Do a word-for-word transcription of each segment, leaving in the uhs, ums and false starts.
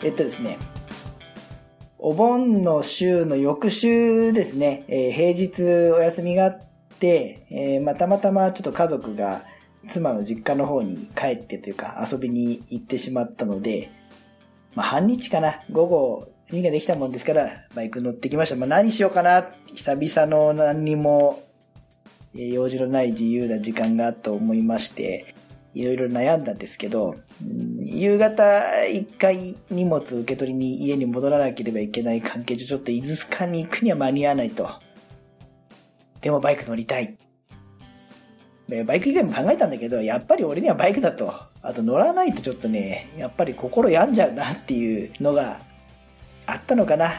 えっとですね、お盆の週の翌週ですね、えー、平日お休みがあって、えーまあ、たまたまちょっと家族が妻の実家の方に帰ってというか遊びに行ってしまったので、まあ、半日かな、午後休みができたもんですからバイク乗ってきました。まあ、何しようかな、久々の何にも用事のない自由な時間がと思いまして、いろいろ悩んだんですけど、夕方一回荷物受け取りに家に戻らなければいけない関係上、ちょっと伊豆かに行くには間に合わないと。でもバイク乗りたい。バイク以外も考えたんだけど、やっぱり俺にはバイクだと。あと乗らないとちょっとね、やっぱり心病んじゃうなっていうのがあったのかな。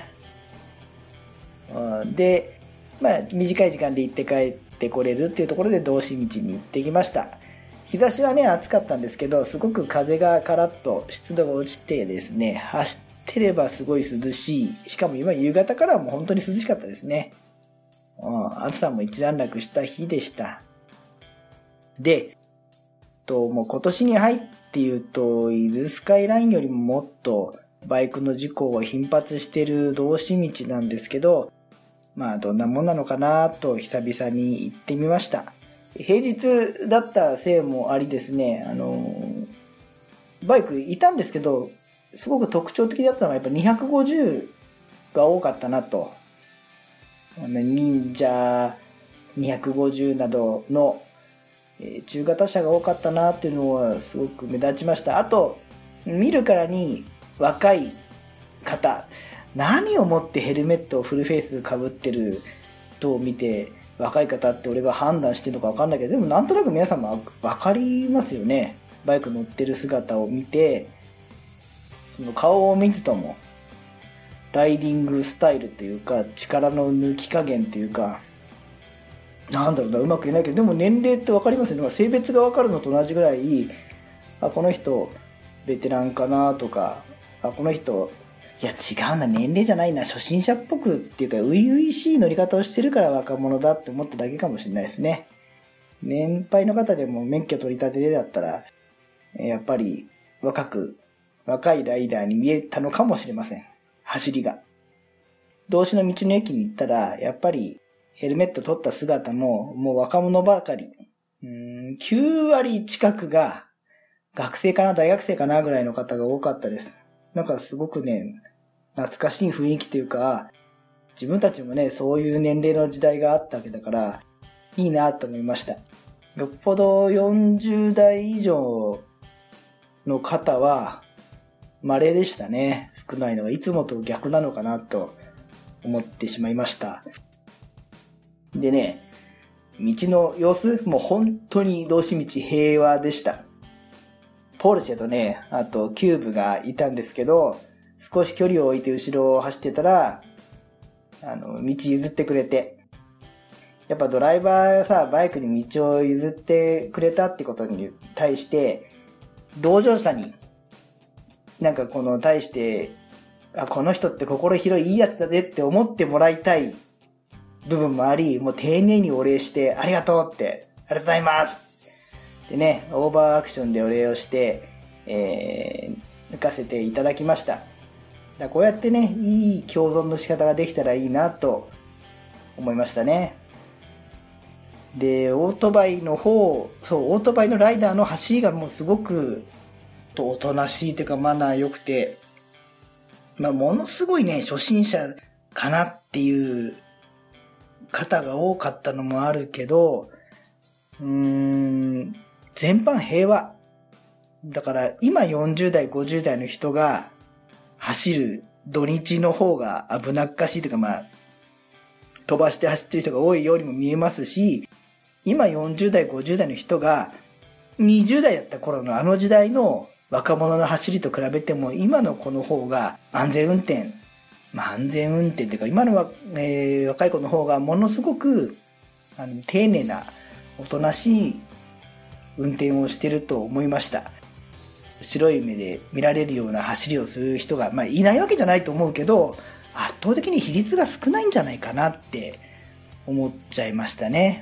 で、まあ短い時間で行って帰ってこれるっていうところで道志道に行ってきました。日差しはね暑かったんですけど、すごく風がカラッと湿度が落ちてですね、走ってればすごい涼しい。しかも今夕方からはもう本当に涼しかったですね。うん、暑さも一段落した日でした。で、ともう今年に入って言うと、伊豆スカイラインよりももっとバイクの事故が頻発している道志道なんですけど、まあどんなもんなのかなと久々に行ってみました。平日だったせいもありですね、あのバイクいたんですけど、すごく特徴的だったのはやっぱにひゃくごじゅうが多かったなと。忍者にひゃくごじゅうなどの中型車が多かったなっていうのはすごく目立ちました。あと見るからに若い方、何をもってヘルメットをフルフェイスかぶってると見て若い方って俺が判断してるのか分かんないけど、でもなんとなく皆さんも分かりますよね。バイク乗ってる姿を見て、その顔を見ずともライディングスタイルというか力の抜き加減というか、なんだろうな、うまく言えないけど、でも年齢って分かりますよね。性別が分かるのと同じぐらい、あ、この人ベテランかなとか、あ、この人いや違うな、年齢じゃないな、初心者っぽくっていうか初々しい乗り方をしてるから若者だって思っただけかもしれないですね。年配の方でも免許取り立てでだったらやっぱり若く若いライダーに見えたのかもしれません。走りが道志の道の駅に行ったらやっぱりヘルメット取った姿ももう若者ばかり。うーん、きゅうわり近くが学生かな、大学生かなぐらいの方が多かったです。なんかすごくね、懐かしい雰囲気というか、自分たちもね、そういう年齢の時代があったわけだから、いいなと思いました。よっぽどよんじゅうだい以上の方は、稀でしたね。少ないのがいつもと逆なのかなと思ってしまいました。でね、道の様子、もう本当に道志道平和でした。ポルシェとね、あとキューブがいたんですけど、少し距離を置いて後ろを走ってたら、あの、道譲ってくれて。やっぱドライバーがさ、バイクに道を譲ってくれたってことに対して、同乗者に、なんかこの対して、あ、この人って心広いいいやつだぜって思ってもらいたい部分もあり、もう丁寧にお礼して、ありがとうって、ありがとうございますでね、オーバーアクションでお礼をして、えー、抜かせていただきました。だこうやってね、いい共存の仕方ができたらいいなと思いましたね。で、オートバイの方、そう、オートバイのライダーの走りがもうすごくおとなしいというかマナー良くて、まあ、ものすごいね、初心者かなっていう方が多かったのもあるけど、うーん、全般平和。だから今よんじゅうだい、ごじゅうだいの人が走る土日の方が危なっかしいというか、まあ、飛ばして走ってる人が多いようにも見えますし、今よんじゅうだい、ごじゅうだいの人がにじゅうだいだった頃のあの時代の若者の走りと比べても今の子の方が安全運転、まあ安全運転っていうか今のは、えー、若い子の方がものすごくあの丁寧なおとなしい運転をしてると思いました。白い目で見られるような走りをする人が、まあ、いないわけじゃないと思うけど、圧倒的に比率が少ないんじゃないかなって思っちゃいましたね。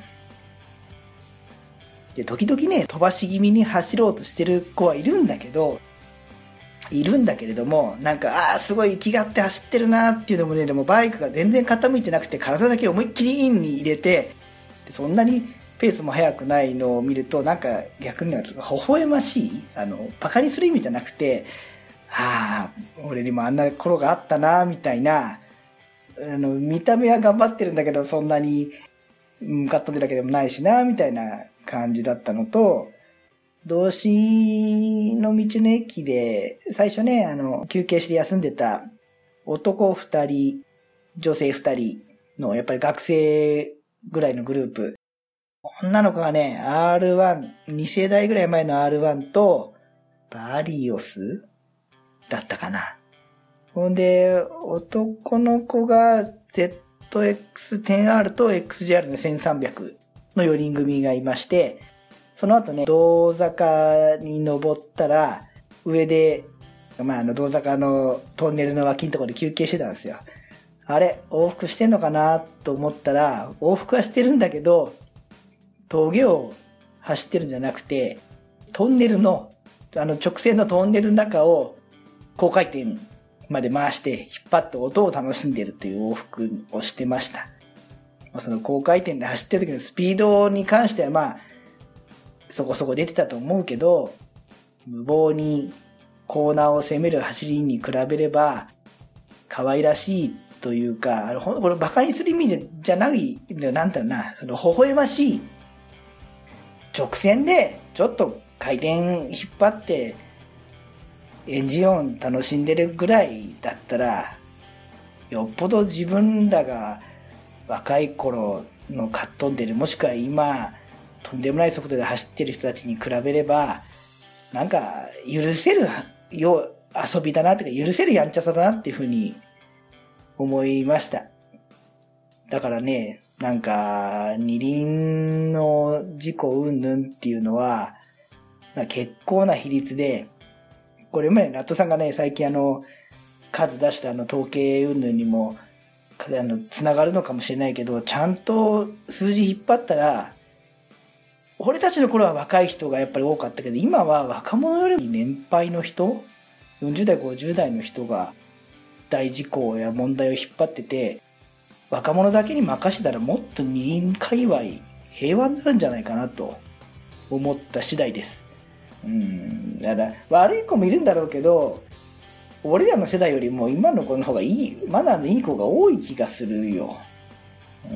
で、時々ね、飛ばし気味に走ろうとしてる子はいるんだけど、 いるんだけれども、なんか、ああ、すごい気があって走ってるなっていうのもね、でもバイクが全然傾いてなくて、体だけ思いっきりインに入れて、そんなにペースも速くないのを見ると、なんか逆に微笑ましい、あの、バカにする意味じゃなくて、ああ、俺にもあんな頃があったな、みたいな、あの、見た目は頑張ってるんだけど、そんなに、向かっ飛んでるわけでもないしな、みたいな感じだったのと、道志の道の駅で、最初ね、あの、休憩して休んでた男二人、女性二人の、やっぱり学生ぐらいのグループ。女の子がね、アールワン、に世代ぐらい前の アールワン と、バリオスだったかな。ほんで、男の子が ゼットエックステンアール と エックスジェーアール のせんさんびゃくのよにん組がいまして、その後ね、銅坂に登ったら、上で、まあ、あの、銅坂のトンネルの脇のところで休憩してたんですよ。あれ、往復してんのかなと思ったら、往復はしてるんだけど、峠を走ってるんじゃなくて、トンネルの、あの、直線のトンネルの中を、高回転まで回して、引っ張って音を楽しんでるという往復をしてました。その高回転で走ってる時のスピードに関しては、まあ、そこそこ出てたと思うけど、無謀にコーナーを攻める走りに比べれば、可愛らしいというか、あの、これバカにする意味じゃ、じゃない、なんだろうな、その微笑ましい、直線でちょっと回転引っ張って、エンジン音楽しんでるぐらいだったら、よっぽど自分らが若い頃のかっ飛んでる、もしくは今、とんでもない速度で走ってる人たちに比べれば、なんか許せるよ遊びだなというか、許せるやんちゃさだなっていうふうに思いました。だからね、なんか二輪の事故云々っていうのは結構な比率で、これ前ラットさんがね、最近あの数出したあの統計云々にもあのつながるのかもしれないけど、ちゃんと数字引っ張ったら、俺たちの頃は若い人がやっぱり多かったけど、今は若者より年配の人、よんじゅう代ごじゅう代の人が大事故や問題を引っ張ってて、若者だけに任せたらもっと二輪界隈平和になるんじゃないかなと思った次第です。うん、だから悪い子もいるんだろうけど、俺らの世代よりも今の子の方がいい、マナーのいい子が多い気がするよ。うん、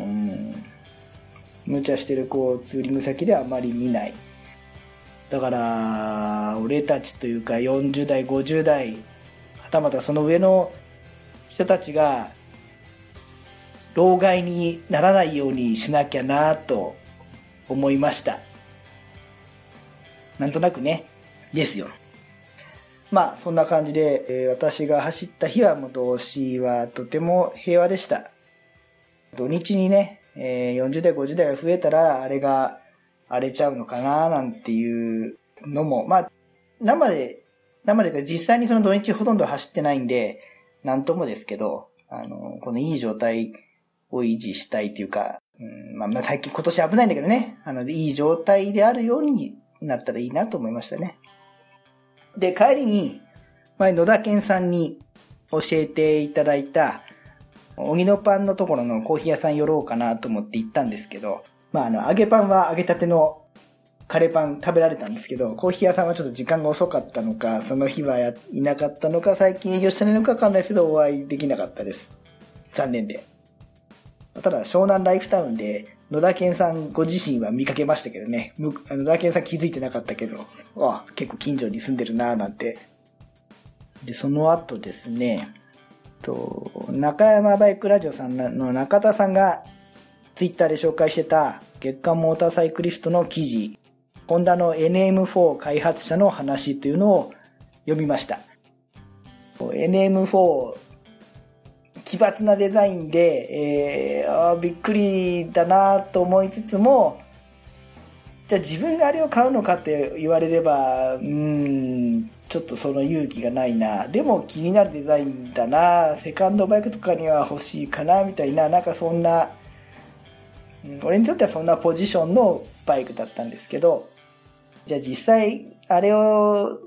無茶してる子をツーリング先ではあまり見ない。だから俺たちというかよんじゅう代ごじゅう代、はたまたその上の人たちが老害にならないようにしなきゃなと思いました。なんとなくね、ですよ。まあそんな感じで、えー、私が走った日はもう道志はとても平和でした。土日にね、えー、よんじゅう代ごじゅう代が増えたらあれが荒れちゃうのかななんていうのも、まあ生で生で実際にその土日ほとんど走ってないんでなんともですけど、あのこのいい状態を維持したいというか、うんまあ、最近今年危ないんだけどね、あのいい状態であるようになったらいいなと思いましたね。で帰りに前野田健さんに教えていただいた荻野パンのところのコーヒー屋さん寄ろうかなと思って行ったんですけど、まああの揚げパンは揚げたてのカレーパン食べられたんですけど、コーヒー屋さんはちょっと時間が遅かったのか、その日はいなかったのか、最近営業してないのか分かんないですけどお会いできなかったです。残念で。ただ湘南ライフタウンで野田健さんご自身は見かけましたけどね、野田健さん気づいてなかったけど、あ結構近所に住んでるなぁなんて。でその後ですね、と中山バイクラジオさんの中田さんがツイッターで紹介してた月刊モーターサイクリストの記事、ホンダの エヌエムフォー 開発者の話というのを読みました。 エヌエムフォー奇抜なデザインで、えー、あびっくりだなと思いつつも、じゃあ自分があれを買うのかって言われれば、うーんちょっとその勇気がないな、でも気になるデザインだな、セカンドバイクとかには欲しいかなみたいな、なんかそんな、俺にとってはそんなポジションのバイクだったんですけど、じゃあ実際あれを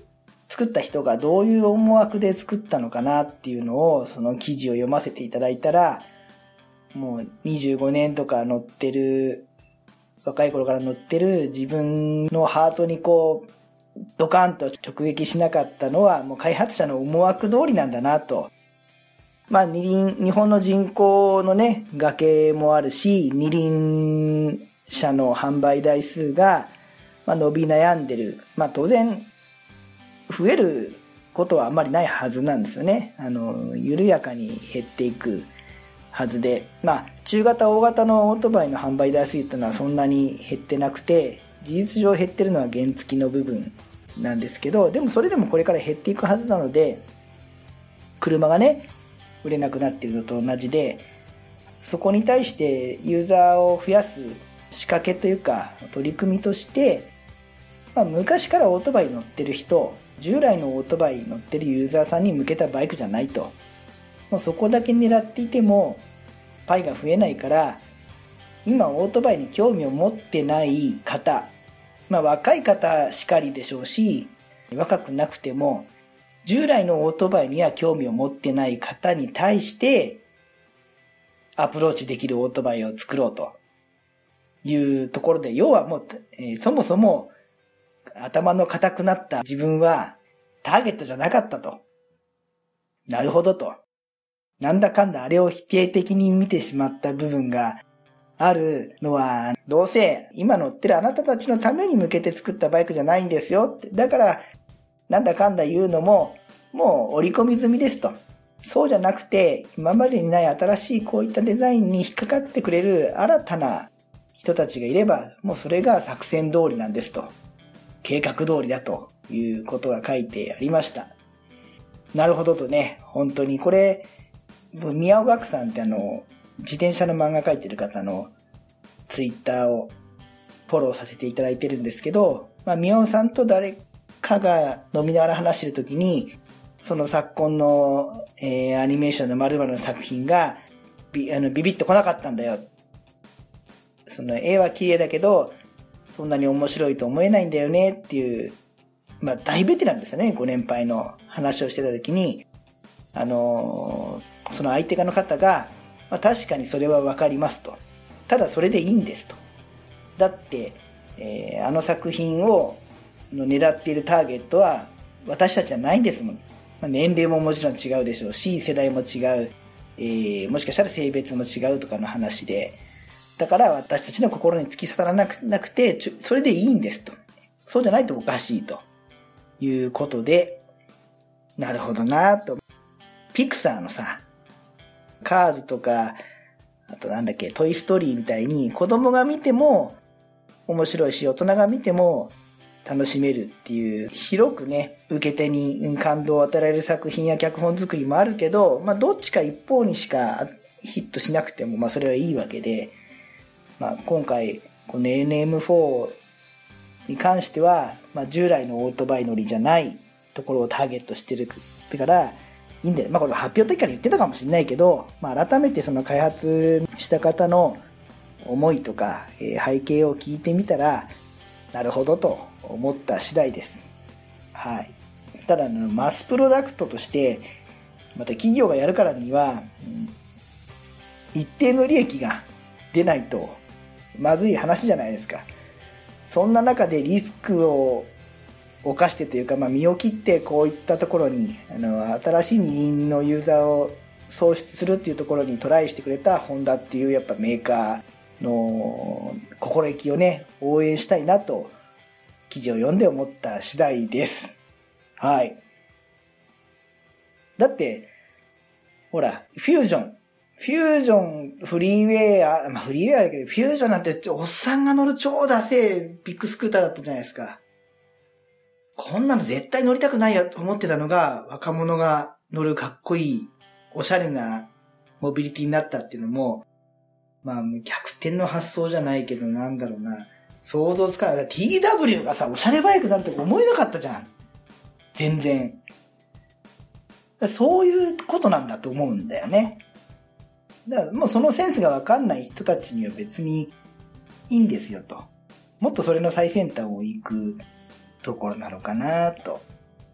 作った人がどういう思惑で作ったのかなっていうのを、その記事を読ませていただいたら、もうにじゅうごねんとか乗ってる、若い頃から乗ってる自分のハートにこう、ドカンと直撃しなかったのは、もう開発者の思惑通りなんだなと。まあ二輪、日本の人口のね、崖もあるし、二輪車の販売台数が、まあ、伸び悩んでる。まあ当然、増えることはあんまりないはずなんですよね。あの、緩やかに減っていくはずで。まあ、中型、大型のオートバイの販売台数っていうのはそんなに減ってなくて、事実上減ってるのは原付の部分なんですけど、でもそれでもこれから減っていくはずなので、車がね、売れなくなっているのと同じで、そこに対してユーザーを増やす仕掛けというか、取り組みとして、まあ、昔からオートバイ乗ってる人、従来のオートバイ乗ってるユーザーさんに向けたバイクじゃないと。もうそこだけ狙っていても、パイが増えないから、今オートバイに興味を持ってない方、まあ若い方しかりでしょうし、若くなくても、従来のオートバイには興味を持ってない方に対して、アプローチできるオートバイを作ろうというところで、要はもう、えー、そもそも、頭の固くなった自分はターゲットじゃなかったと。なるほどと。なんだかんだあれを否定的に見てしまった部分があるのは、どうせ今乗ってるあなたたちのために向けて作ったバイクじゃないんですよって。だから、なんだかんだ言うのも、もう織り込み済みですと。そうじゃなくて、今までにない新しいこういったデザインに引っかかってくれる新たな人たちがいれば、もうそれが作戦通りなんですと。計画通りだということが書いてありました。なるほどとね、本当にこれ、宮尾岳さんってあの、自転車の漫画描いてる方のツイッターをフォローさせていただいてるんですけど、まあ、宮尾さんと誰かが飲みながら話してるときに、その昨今の、えー、アニメーションの〇〇の作品がビ、あの、ビビッと来なかったんだよ。その絵は綺麗だけど、そんなに面白いと思えないんだよねっていう、まあ大ベテランですよね、ご年配の話をしてた時に、あのー、その相手の方が、まあ、確かにそれはわかりますと。ただそれでいいんですと。だって、えー、あの作品を狙っているターゲットは私たちじゃないんですもん。まあ、年齢ももちろん違うでしょうし、世代も違う、えー、もしかしたら性別も違うとかの話で、だから私たちの心に突き刺さらなく、なくて、それでいいんですと。そうじゃないとおかしいということで、なるほどなと。ピクサーのさ、カーズとか、あとなんだっけ、トイストーリーみたいに子供が見ても面白いし、大人が見ても楽しめるっていう、広くね、受け手に感動を与えられる作品や脚本作りもあるけど、まあどっちか一方にしかヒットしなくても、まあそれはいいわけで、まあ、今回、この エヌエムフォー に関しては、まあ、従来のオートバイ乗りじゃないところをターゲットしてるから、いいんだよ。まあ、これ発表の時から言ってたかもしれないけど、まあ、改めてその開発した方の思いとか、えー、背景を聞いてみたら、なるほどと思った次第です。はい。ただ、マスプロダクトとして、また企業がやるからには、うん、一定の利益が出ないと、まずい話じゃないですか。そんな中でリスクを犯してというか、まあ、身を切ってこういったところに、あの、新しい二輪のユーザーを創出するっていうところにトライしてくれたホンダっていうやっぱメーカーの心意気をね、応援したいなと、記事を読んで思った次第です。はい。だって、ほら、フュージョン。フュージョン、フリーウェア、まあフリーウェアだけど、フュージョンなんておっさんが乗る超ダセえビッグスクーターだったじゃないですか。こんなの絶対乗りたくないよと思ってたのが、若者が乗るかっこいい、おしゃれなモビリティになったっていうのも、まあ逆転の発想じゃないけど、なんだろうな。想像つかない。ティーダブリュー がさ、おしゃれバイクなんて思えなかったじゃん。全然。そういうことなんだと思うんだよね。だからもうそのセンスがわかんない人たちには別にいいんですよと。もっとそれの最先端を行くところなのかなと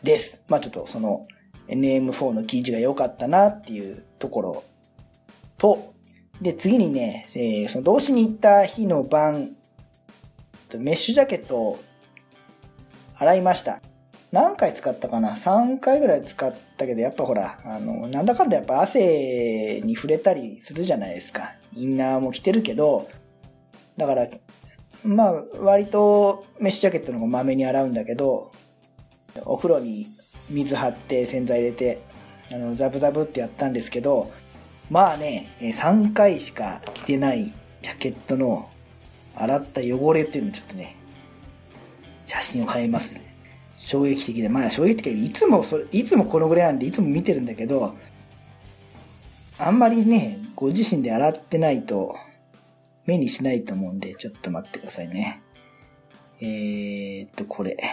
です。まあちょっとその エヌエムフォー の生地が良かったなっていうところと、で次にね、えー、その同志に行った日の晩、メッシュジャケットを洗いました。何回使ったかな ?さん 回ぐらい使ったけど、やっぱほら、あの、なんだかんだやっぱ汗に触れたりするじゃないですか。インナーも着てるけど、だから、まあ、割とメッシュジャケットの方がまめに洗うんだけど、お風呂に水張って洗剤入れて、あの、ザブザブってやったんですけど、まあね、さんかいしか着てないジャケットの洗った汚れっていうのをちょっとね、写真を変えますね。衝撃的で、まあ衝撃的で、いつもそれ、いつもこのぐらいなんでいつも見てるんだけど、あんまりね、ご自身で洗ってないと目にしないと思うんで、ちょっと待ってくださいね。えーっと、これ。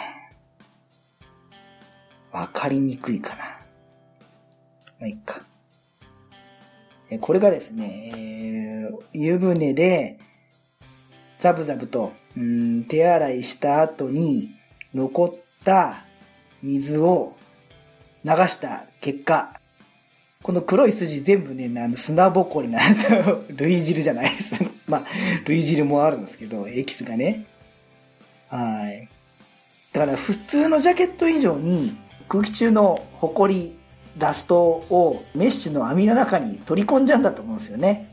わかりにくいかな。まあ、いっか。これがですね、えー、湯船でザブザブとうん手洗いした後に残った水を流した結果、この黒い筋全部ね、あの砂ぼこりなんですよ。類汁じゃないです。まあ、類汁もあるんですけど、エキスがね。はい。だから普通のジャケット以上に空気中のホコリ、ダストをメッシュの網の中に取り込んじゃうんだと思うんですよね。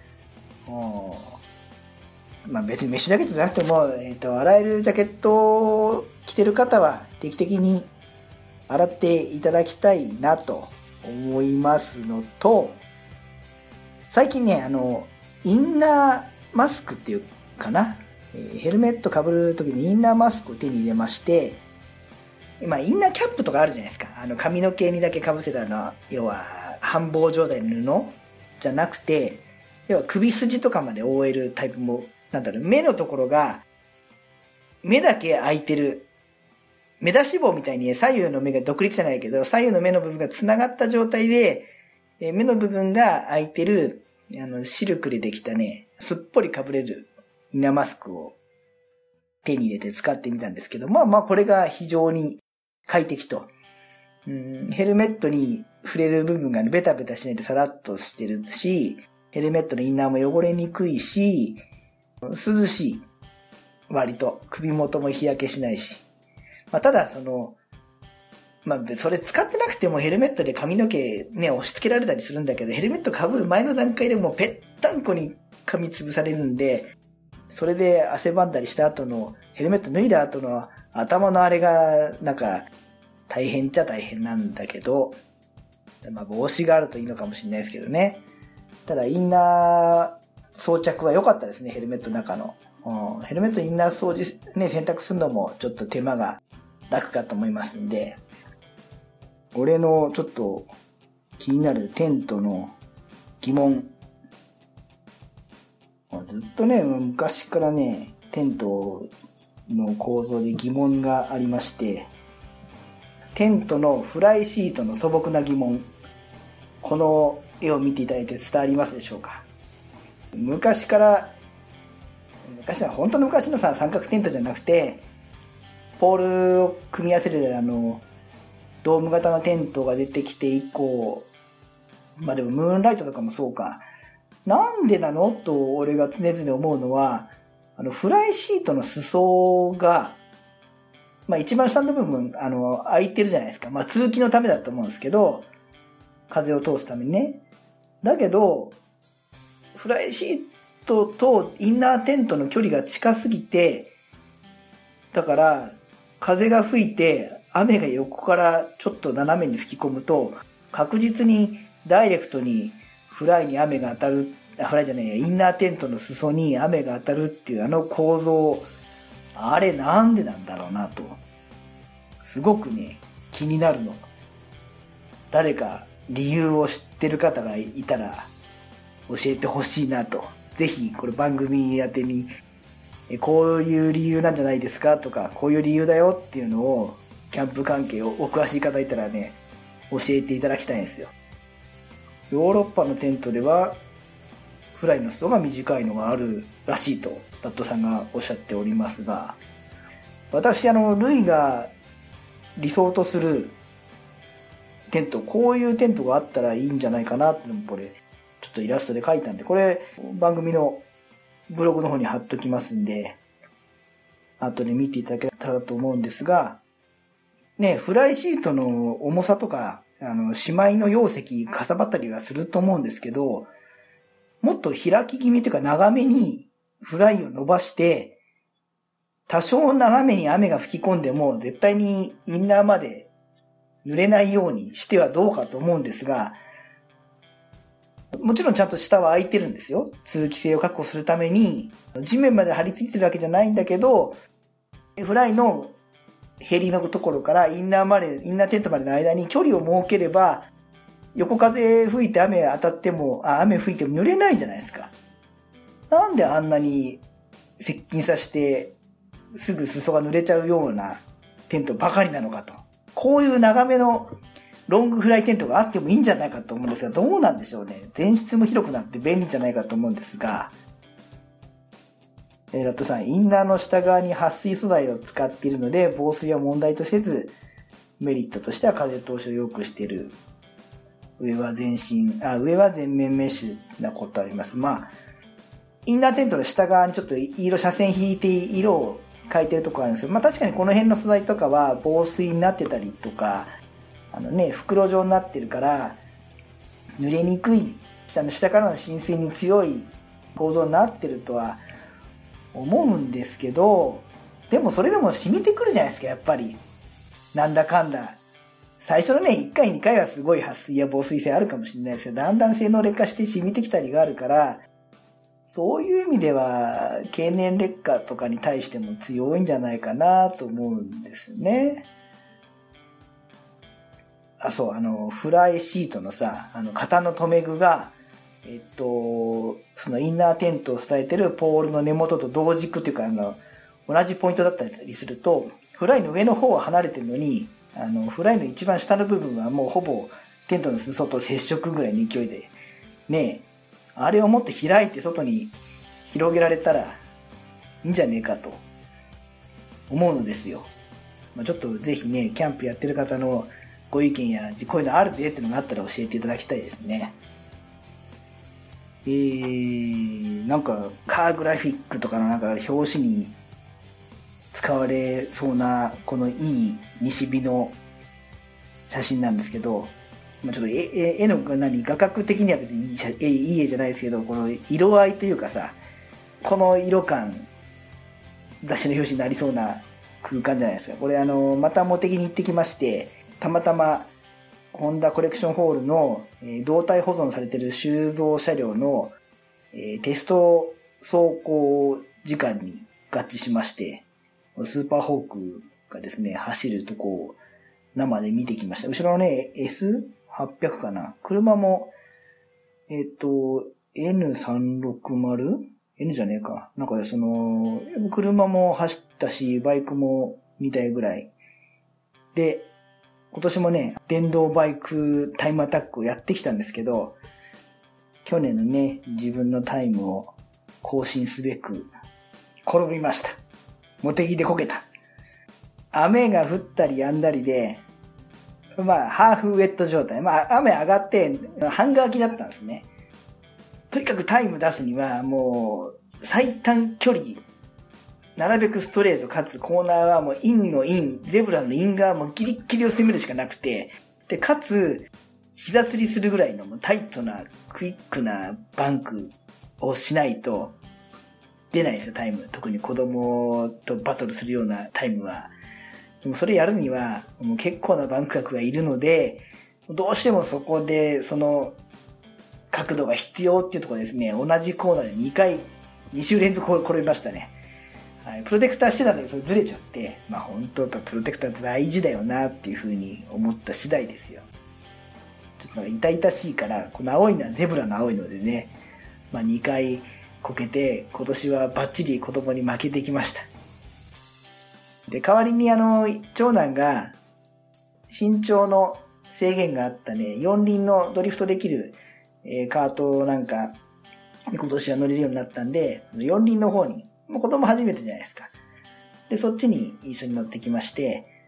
まあ別にメッシュジャケットじゃなくても、えっと、洗えるジャケットを着てる方は定期的に洗っていただきたいなと思いますのと、最近ね、あの、インナーマスクっていうかな、ヘルメット被るときにインナーマスクを手に入れまして、まあ、インナーキャップとかあるじゃないですか。あの、髪の毛にだけ被せたのは、要は、繁忙状態の布じゃなくて、要は首筋とかまで覆えるタイプも、なんだろう、目のところが、目だけ開いてる。目出し棒みたいに左右の目が独立じゃないけど、左右の目の部分が繋がった状態で、目の部分が開いてる、あの、シルクでできたね、すっぽり被れるインナーマスクを手に入れて使ってみたんですけど、まあまあこれが非常に快適と。うん、ヘルメットに触れる部分が、ね、ベタベタしないでさらっとしてるし、ヘルメットのインナーも汚れにくいし、涼しい。割と。首元も日焼けしないし。まあ、ただ、その、まあ、それ使ってなくてもヘルメットで髪の毛ね、押し付けられたりするんだけど、ヘルメット被る前の段階でもうぺったんこに髪潰されるんで、それで汗ばんだりした後の、ヘルメット脱いだ後の頭のあれが、なんか、大変っちゃ大変なんだけど、まあ帽子があるといいのかもしれないですけどね。ただインナー装着は良かったですね、ヘルメットの中の。うん、ヘルメットインナー掃除、ね、洗濯するのもちょっと手間が楽かと思いますんで、俺のちょっと気になるテントの疑問。ずっとね、昔からね、テントの構造で疑問がありまして、テントのフライシートの素朴な疑問。この絵を見ていただいて伝わりますでしょうか。昔から、昔は本当の昔のさ、三角テントじゃなくて、ポールを組み合わせるあの、ドーム型のテントが出てきて以降、まあでもムーンライトとかもそうか。なんでなのと俺が常々思うのは、あの、フライシートの裾が、まあ一番下の部分、あの、空いてるじゃないですか。まあ通気のためだと思うんですけど、風を通すためにね。だけど、フライシートとインナーテントの距離が近すぎて、だから、風が吹いて、雨が横からちょっと斜めに吹き込むと、確実にダイレクトにフライに雨が当たる、あ、フライじゃないや、インナーテントの裾に雨が当たるっていうあの構造、あれなんでなんだろうなと。すごくね、気になるの。誰か理由を知ってる方がいたら教えてほしいなと。ぜひこれ番組宛てに、こういう理由なんじゃないですかとか、こういう理由だよっていうのを、キャンプ関係をお詳しい方いたらね、教えていただきたいんですよ。ヨーロッパのテントでは、フライの裾が短いのがあるらしいと、ラットさんがおっしゃっておりますが、私、あの、ルイが理想とするテント、こういうテントがあったらいいんじゃないかなっていうのもこれ、ちょっとイラストで書いたんで、これ番組のブログの方に貼っときますんで、後で見ていただけたらと思うんですが、ね、フライシートの重さとか、あの、しまいの容積かさばったりはすると思うんですけど、もっと開き気味というか長めにフライを伸ばして、多少斜めに雨が吹き込んでも絶対にインナーまで濡れないようにしてはどうかと思うんですが、もちろんちゃんと下は空いてるんですよ。通気性を確保するために、地面まで張り付いてるわけじゃないんだけど、フライのヘリのところからインナーまで、インナーテントまでの間に距離を設ければ、横風吹いて雨当たっても、あ、雨吹いても濡れないじゃないですか。なんであんなに接近させて、すぐ裾が濡れちゃうようなテントばかりなのかと。こういう長めのロングフライテントがあってもいいんじゃないかと思うんですが、どうなんでしょうね。前室も広くなって便利じゃないかと思うんですが、えー、ラットさん、インナーの下側に撥水素材を使っているので、防水は問題とせず、メリットとしては風通しを良くしている。上は全身、あ、上は全面メッシュなことあります。まあ、インナーテントの下側にちょっと色、斜線引いて色を変えてるところあるんですけど、まあ確かにこの辺の素材とかは防水になってたりとか、あのね、袋状になってるから、濡れにくい、下の下からの浸水に強い構造になってるとは思うんですけど、でもそれでも染みてくるじゃないですか、やっぱり。なんだかんだ。最初のね、いっかいにかいはすごい撥水や防水性あるかもしれないですけど、だんだん性能劣化して染みてきたりがあるから、そういう意味では、経年劣化とかに対しても強いんじゃないかなと思うんですね。あ、そう、あの、フライシートのさ、あの、型の留め具が、えっと、そのインナーテントを支えてるポールの根元と同軸っていうか、あの、同じポイントだったりすると、フライの上の方は離れてるのに、あの、フライの一番下の部分はもうほぼテントの裾と接触ぐらいの勢いで、ねえ、あれをもっと開いて外に広げられたらいいんじゃねえかと思うのですよ。まあ、ちょっとぜひね、キャンプやってる方のご意見や、こういうのあるぜっていうのがあったら教えていただきたいですね。えー、なんかカーグラフィックとかのなんか表紙に使われそうなこのいい西日の写真なんですけど、まあ、ちょっと絵、絵の何画角的には別にいい、絵いい絵じゃないですけど、この色合いというかさ、この色感、雑誌の表紙になりそうな空間じゃないですか。これあの、またモテギに行ってきまして、たまたま、ホンダコレクションホールの、えー、動体保存されている収蔵車両の、えー、テスト走行時間に合致しまして、スーパーホークがですね、走るとこを生で見てきました。後ろのね、エスはっぴゃく かな。車も、えっと、エヌさんろくまる？ N じゃねえか。なんかその、車も走ったし、バイクもにだいぐらい。で、今年もね、電動バイクタイムアタックをやってきたんですけど、去年のね、自分のタイムを更新すべく、転びました。モテギでこけた。雨が降ったり止んだりで、まあ、ハーフウェット状態。まあ、雨上がって、半乾きだったんですね。とにかくタイム出すには、もう、最短距離、なるべくストレートかつコーナーはもうインのイン、ゼブラのイン側もギリッギリを攻めるしかなくて、で、かつ、膝吊りするぐらいのもうタイトな、クイックなバンクをしないと、出ないですよ、タイム。特に子供とバトルするようなタイムは。でもそれやるには、もう結構なバンク額がいるので、どうしてもそこで、その、角度が必要っていうところですね、同じコーナーでにかい、に週連続転びましたね。はい、プロテクターしてたんだけど、それずれちゃって、まあ本当やっぱプロテクター大事だよなっていうふうに思った次第ですよ。ちょっと痛々しいから、この青いのはゼブラの青いのでね、まあにかいこけて、今年はバッチリ子供に負けてきました。で、代わりにあの、長男が、身長の制限があったね、四輪のドリフトできる、えー、カートなんか、今年は乗れるようになったんで、四輪の方に、もう子供初めてじゃないですか。で、そっちに一緒に乗ってきまして、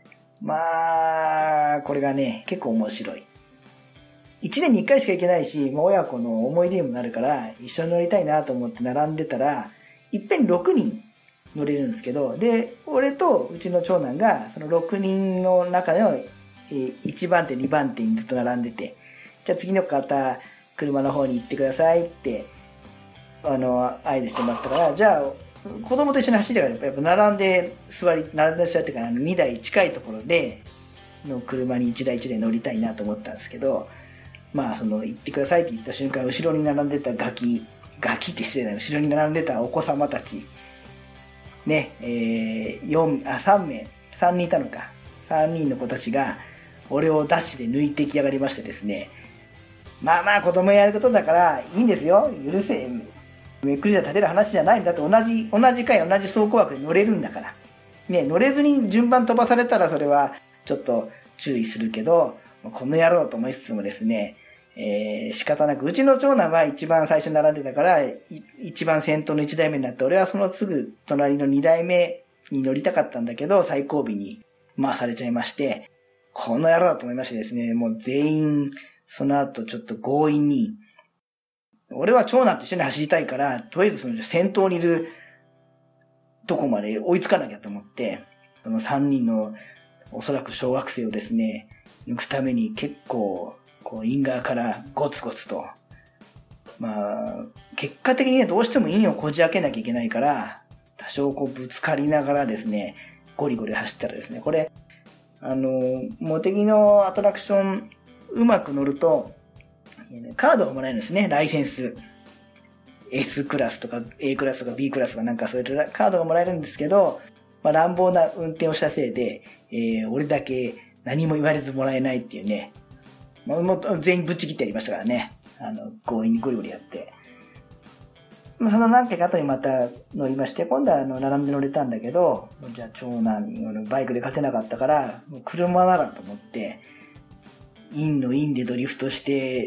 まあ、これがね、結構面白い。一年に一回しか行けないし、親子の思い出にもなるから、一緒に乗りたいなと思って並んでたら、いっぺんにろくにん乗れるんですけど、で、俺とうちの長男が、そのろくにんの中でのいちばん手、にばん手にずっと並んでて、じゃあ次の方、車の方に行ってくださいって、あの、合図してもらったから、じゃあ、子供と一緒に走ってから、やっぱ並んで座り、並んで座ってからにだい近いところで、の車にいちだいいちだい乗りたいなと思ったんですけど、まあ、その、行ってくださいって言った瞬間、後ろに並んでたガキ、ガキって失礼な、後ろに並んでたお子様たち、ね、えー、よん、あ、さんめい、さんにんいたのか。さんにんの子たちが、俺をダッシュで抜いてきやがりましてですね。まあまあ、子供やることだから、いいんですよ。許せ。めっくりじゃ立てる話じゃないんだと、同じ、同じ回、同じ走行枠で乗れるんだから。ね、乗れずに順番飛ばされたら、それは、ちょっと注意するけど、この野郎と思いつつもですね、えー、仕方なく、うちの長男は一番最初に並んでたから、一番先頭の一台目になって、俺はそのすぐ隣の二台目に乗りたかったんだけど、最後尾に回されちゃいまして、この野郎だと思いましてですね、もう全員、その後ちょっと強引に、俺は長男と一緒に走りたいから、とりあえずその先頭にいるとこまで追いつかなきゃと思って、そのさんにんのおそらく小学生をですね、抜くために結構、こう、イン側からゴツゴツと。まあ、結果的にね、どうしてもインをこじ開けなきゃいけないから、多少こうぶつかりながらですね、ゴリゴリ走ったらですね、これ、あの、モテギのアトラクション、うまく乗ると、カードがもらえるんですね、ライセンス。S クラスとか A クラスとか B クラスとかなんかそういうカードがもらえるんですけど、まあ、乱暴な運転をしたせいで、えー、俺だけ何も言われずもらえないっていうね、もう全員ぶっちぎってやりましたからね。あの、強引にゴリゴリやって。その何回か後にまた乗りまして、今度はあの、並んで乗れたんだけど、じゃあ長男、バイクで勝てなかったから、もう車ならと思って、インのインでドリフトして、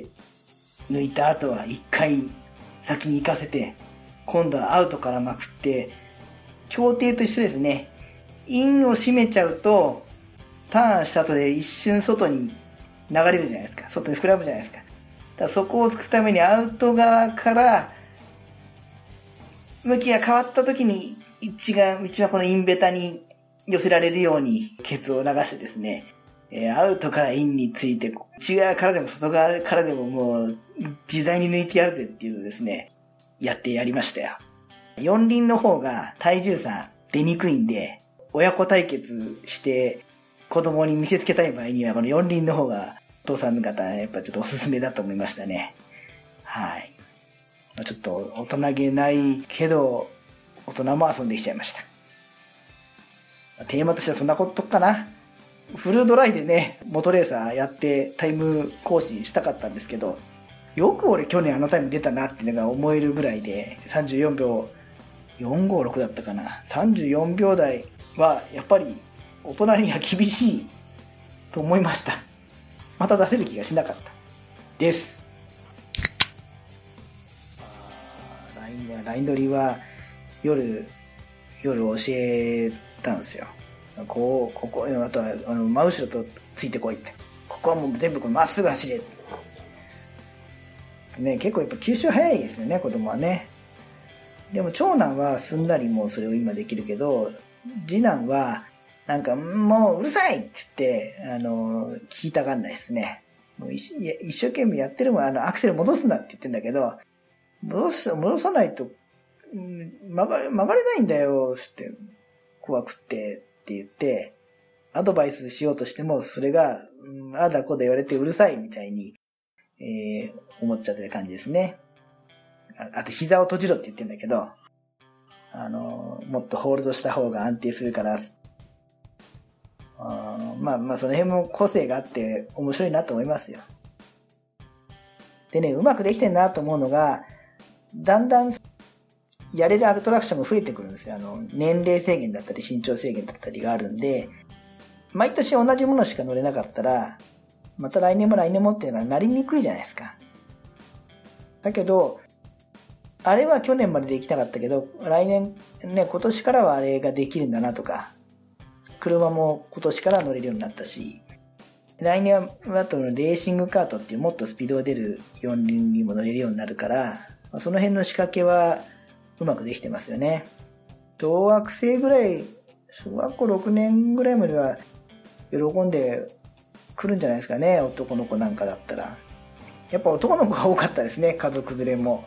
抜いた後は一回先に行かせて、今度はアウトからまくって、協定と一緒ですね。インを閉めちゃうと、ターンした後で一瞬外に流れるじゃないですか。外に膨らむじゃないですか。だからそこをつくためにアウト側から向きが変わった時に一が、一番このインベタに寄せられるようにケツを流してですね、えー、アウトからインについて内側からでも外側からでももう自在に抜いてやるぜっていうのをですね、やってやりましたよ。四輪の方が体重差出にくいんで、親子対決して子供に見せつけたい場合にはこの四輪の方がお父さんの方やっぱちょっとおすすめだと思いましたね。はい。ちょっと大人げないけど大人も遊んできちゃいました。テーマとしてはそんなことかな。フルドライでね、モトレーサーやってタイム更新したかったんですけど、よく俺去年あのタイム出たなっていうのが思えるぐらいで、さんじゅうよんびょうよんごろくだったかな。さんじゅうよんびょう台はやっぱり大人には厳しいと思いました。また出せる気がしなかったです。ライン、ライン取りは夜、夜教えたんですよ。こう、ここ、あとは、あの、真後ろとついてこいって。ここはもう全部これまっすぐ走れ。ね、結構やっぱ吸収早いですよね、子供はね。でも長男はすんなりもうそれを今できるけど、次男は、なんか、もううるさいって言って、あの、聞きたがんないですね。もう一生懸命やってるもん、あの、アクセル戻すなって言ってんだけど、戻す、戻さないと、うん、曲がれ、曲がれないんだよ、って、怖くってって言って、アドバイスしようとしても、それが、うん、ああだこうだ言われてうるさいみたいに、えー、思っちゃってる感じですね。あ, あと、膝を閉じろって言ってんだけど、あの、もっとホールドした方が安定するから、あまあまあその辺も個性があって面白いなと思いますよ。でね、うまくできてんなと思うのが、だんだんやれるアトラクションが増えてくるんですよ。あの、年齢制限だったり身長制限だったりがあるんで、毎年同じものしか乗れなかったら、また来年も来年もっていうのはなりにくいじゃないですか。だけど、あれは去年までできなかったけど、来年ね、今年からはあれができるんだなとか、 車も今年から乗れるようになったし、来年はあとのレーシングカートっていうもっとスピードが出る四輪にも乗れるようになるから、その辺の仕掛けはうまくできてますよね。小学生ぐらい、小学校ろくねんぐらいまでは喜んでくるんじゃないですかね、男の子なんかだったら。やっぱ男の子が多かったですね、家族連れも。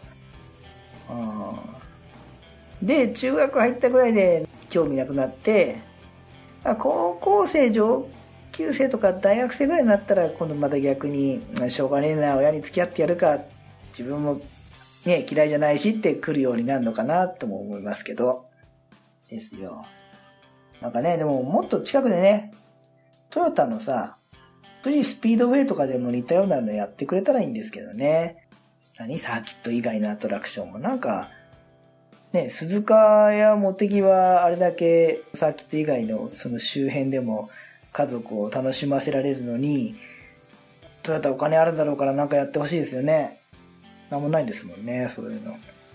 で、中学入ったぐらいで興味なくなって、高校生、上級生とか大学生ぐらいになったら今度また逆にしょうがねえな、親に付き合ってやるか、自分もね嫌いじゃないしって来るようになるのかなとも思いますけどですよ。なんかね、でももっと近くでね、トヨタのさ、富士スピードウェイとかでも似たようなのやってくれたらいいんですけどね。何サーキット以外のアトラクションもなんかね、鈴鹿や茂木はあれだけサーキット以外のその周辺でも家族を楽しませられるのに、トヨタお金あるんだろうからなんかやってほしいですよね。なんもないですもんね、そういうの。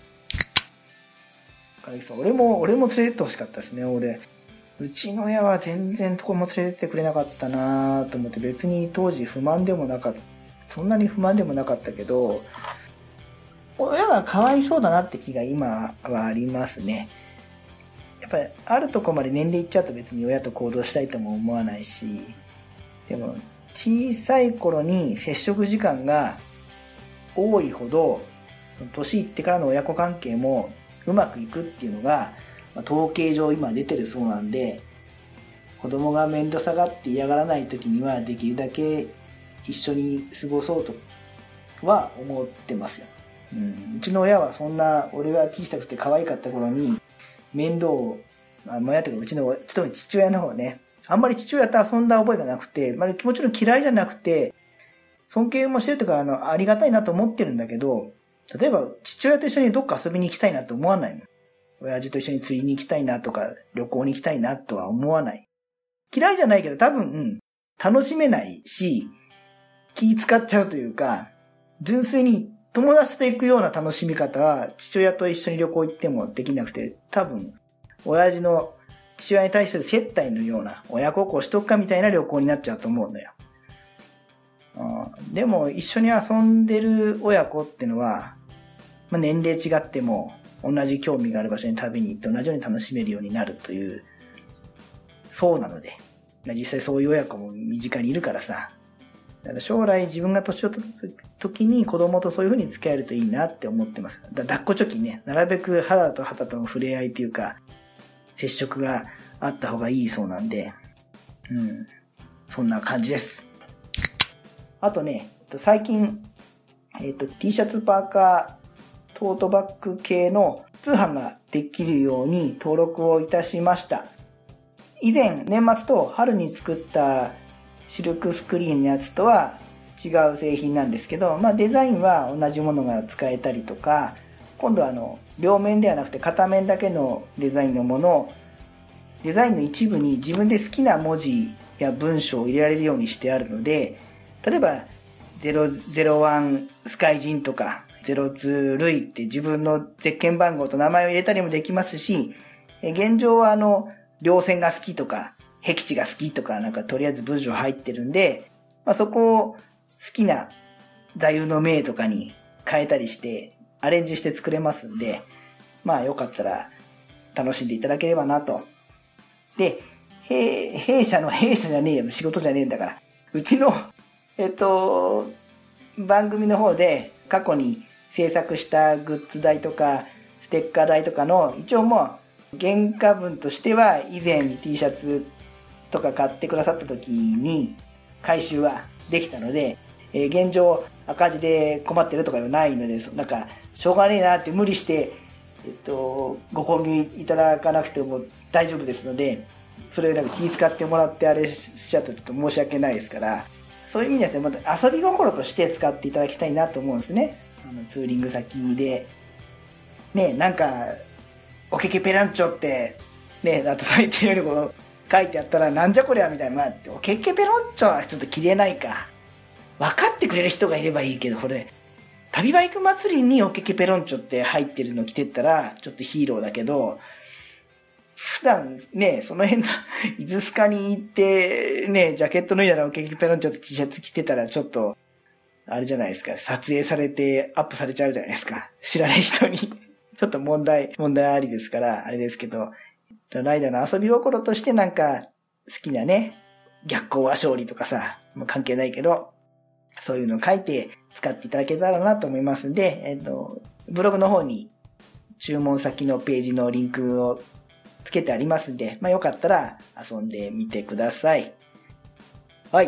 俺も、俺も連れてってほしかったですね、俺。うちの親は全然どこも連れてってくれなかったなと思って、別に当時不満でもなかった、そんなに不満でもなかったけど、親がかわいそうだなって気が今はありますね。やっぱりあるとこまで年齢いっちゃうと別に親と行動したいとも思わないし、でも小さい頃に接触時間が多いほど、その年いってからの親子関係もうまくいくっていうのが、まあ、統計上今出てるそうなんで、子供が面倒さがって嫌がらない時にはできるだけ一緒に過ごそうとは思ってますよ。うん、うちの親はそんな、俺が小さくて可愛かった頃に面倒を、まあ、親というかうちの父親の方はね、あんまり父親と遊んだ覚えがなくて、まあ、もちろん嫌いじゃなくて尊敬もしてるとか、あのありがたいなと思ってるんだけど、例えば父親と一緒にどっか遊びに行きたいなと思わないもん。親父と一緒に釣りに行きたいなとか旅行に行きたいなとは思わない。嫌いじゃないけど多分、うん、楽しめないし気使っちゃうというか、純粋に友達と行くような楽しみ方は父親と一緒に旅行行ってもできなくて、多分親父の父親に対する接待のような親孝行しとくかみたいな旅行になっちゃうと思うんだよ。でも一緒に遊んでる親子ってのは、まあ、年齢違っても同じ興味がある場所に旅に行って同じように楽しめるようになるという、そうなので、まあ、実際そういう親子も身近にいるからさ、だから将来自分が年を取った時に子供とそういう風に付き合えるといいなって思ってます。だ抱っこ貯金ね、なるべく肌と肌との触れ合いというか接触があった方がいいそうなんで、うん、そんな感じです。あとね、最近、えっと、T シャツ、パーカー、トートバッグ系の通販ができるように登録をいたしました。以前、年末と春に作ったシルクスクリーンのやつとは違う製品なんですけど、まあデザインは同じものが使えたりとか、今度はあの、両面ではなくて片面だけのデザインのものを、デザインの一部に自分で好きな文字や文章を入れられるようにしてあるので、例えばゼロゼロワンスカイジンとかゼロツールイって自分のゼッケン番号と名前を入れたりもできますし、現状はあの稜線が好きとか僻地が好きとかなんかとりあえず文章入ってるんで、まあ、そこを好きな座右の銘とかに変えたりしてアレンジして作れますんで、まあよかったら楽しんでいただければなと。で、弊社の弊社じゃねえよ、仕事じゃねえんだから、うちのえっと、番組の方で過去に制作したグッズ代とかステッカー代とかの一応もう原価分としては以前 T シャツとか買ってくださった時に回収はできたので、えー、現状赤字で困ってるとかはないので、なんかしょうがねえなって無理して、えっと、ご購入いただかなくても大丈夫ですので、それなんか気遣ってもらってあれしちゃうとちょっと申し訳ないですから、そういう意味ではまた遊び心として使っていただきたいなと思うんですね。あのツーリング先でね、なんかおけけペランチョってね、あと最低よりも書いてあったらなんじゃこりゃみたいな、まあ、おけけペランチョはちょっと切れないか、分かってくれる人がいればいいけど、これ旅バイク祭りにおけけペロンチョって入ってるの着てったらちょっとヒーローだけど、 普段ね、その辺の伊豆スカに行って、ね、ジャケット脱いだらおけきペロンチョって T シャツ着てたらちょっと、あれじゃないですか、撮影されてアップされちゃうじゃないですか。知らない人に。ちょっと問題、問題ありですから、あれですけど、ライダーの遊び心としてなんか、好きなね、逆光は勝利とかさ、もう関係ないけど、そういうのを書いて使っていただけたらなと思いますんで、えっと、ブログの方に注文先のページのリンクをつけてありますんで、まあよかったら遊んでみてください。はい。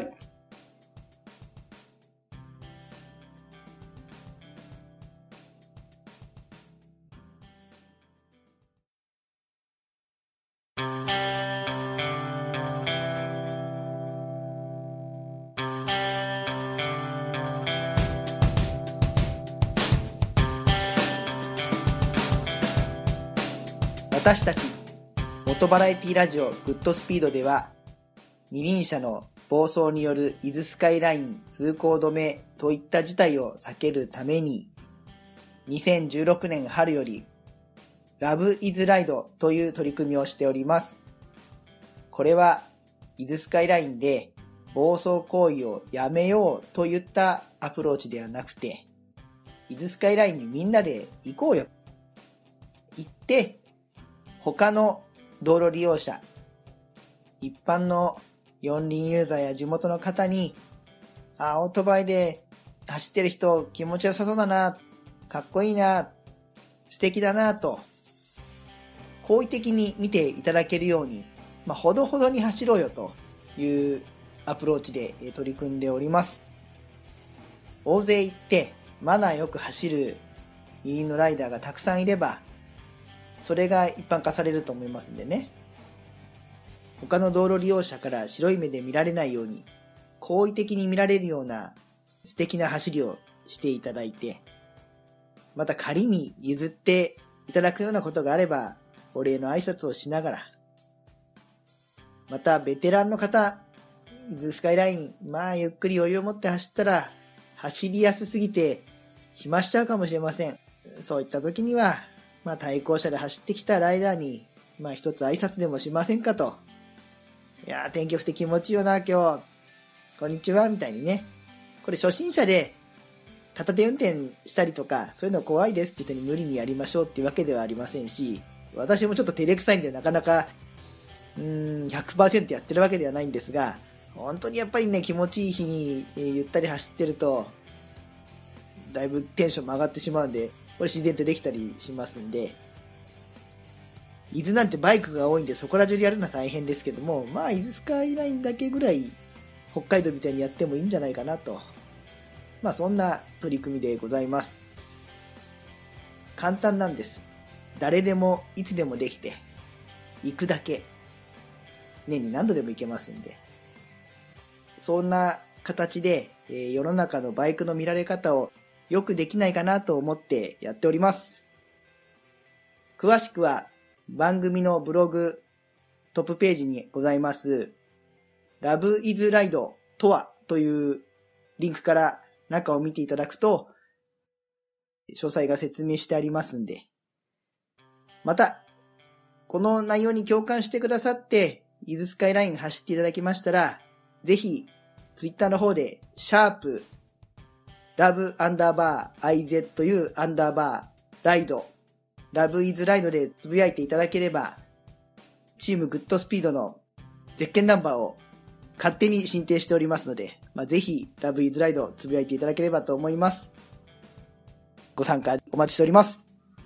私たち元バラエティラジオグッドスピードでは、二輪車の暴走による伊豆スカイライン通行止めといった事態を避けるために、にせんじゅうろくねん春よりラブイズライドという取り組みをしております。これは伊豆スカイラインで暴走行為をやめようといったアプローチではなくて、伊豆スカイラインにみんなで行こうよ。行って他の道路利用者、一般の四輪ユーザーや地元の方に、あ、オートバイで走ってる人気持ちよさそうだな、かっこいいな、素敵だなと、好意的に見ていただけるように、まあ、ほどほどに走ろうよというアプローチで取り組んでおります。大勢行ってマナーよく走る二輪のライダーがたくさんいれば、それが一般化されると思いますんでね。他の道路利用者から白い目で見られないように、好意的に見られるような素敵な走りをしていただいて、また仮に譲っていただくようなことがあれば、お礼の挨拶をしながら、またベテランの方、伊豆スカイライン、まあゆっくり余裕を持って走ったら、走りやすすぎて暇しちゃうかもしれません。そういった時には、まあ対向車で走ってきたライダーに、まあ一つ挨拶でもしませんかと。いやー天気良くて気持ちいいよな今日。こんにちはみたいにね。これ初心者で片手運転したりとか、そういうの怖いですって人に無理にやりましょうっていうわけではありませんし、私もちょっと照れくさいんでなかなか、うーん、ひゃくパーセント やってるわけではないんですが、本当にやっぱりね、気持ちいい日に、えー、ゆったり走ってると、だいぶテンションも上がってしまうんで、これ自然とできたりしますんで、伊豆なんてバイクが多いんでそこら中でやるのは大変ですけども、まあ伊豆スカイラインだけぐらい北海道みたいにやってもいいんじゃないかなと、まあそんな取り組みでございます。簡単なんです。誰でもいつでもできて、行くだけ年に何度でも行けますんで、そんな形で、えー、世の中のバイクの見られ方をよくできないかなと思ってやっております。詳しくは番組のブログトップページにございますラブイズライドとはというリンクから中を見ていただくと詳細が説明してありますんで、またこの内容に共感してくださって伊豆スカイライン走っていただきましたら、ぜひツイッターの方でシャープラブアンダーバー アイゼットユー アンダーバーライドラブイズライドでつぶやいていただければ、チームグッドスピードのゼッケンナンバーを勝手に申請しておりますので、まあ、ぜひラブイズライドつぶやいていただければと思います。ご参加お待ちしております。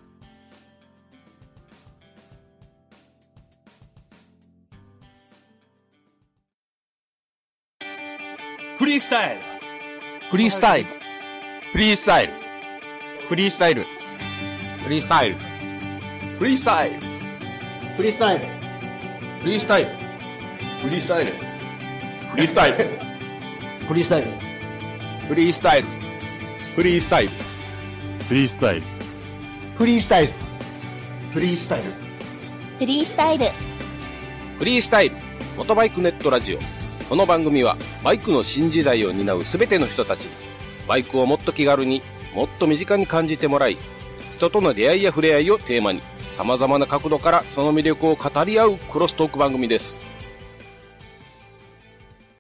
フリースタイルフリースタイルフリースタイルフリースタイルフリースタイルフリースタイルフリースタイルフリースタイルフリースタイルフリースタイルフリースタイルフリースタイルフリースタイルフリースタイルフリースタイルフリースタイルフリースタイルフリースタイルモトバイクネットラジオ。この番組はバイクの新時代を担うすべての人たちにバイクをもっと気軽にもっと身近に感じてもらい、人との出会いや触れ合いをテーマに様々な角度からその魅力を語り合うクロストーク番組です。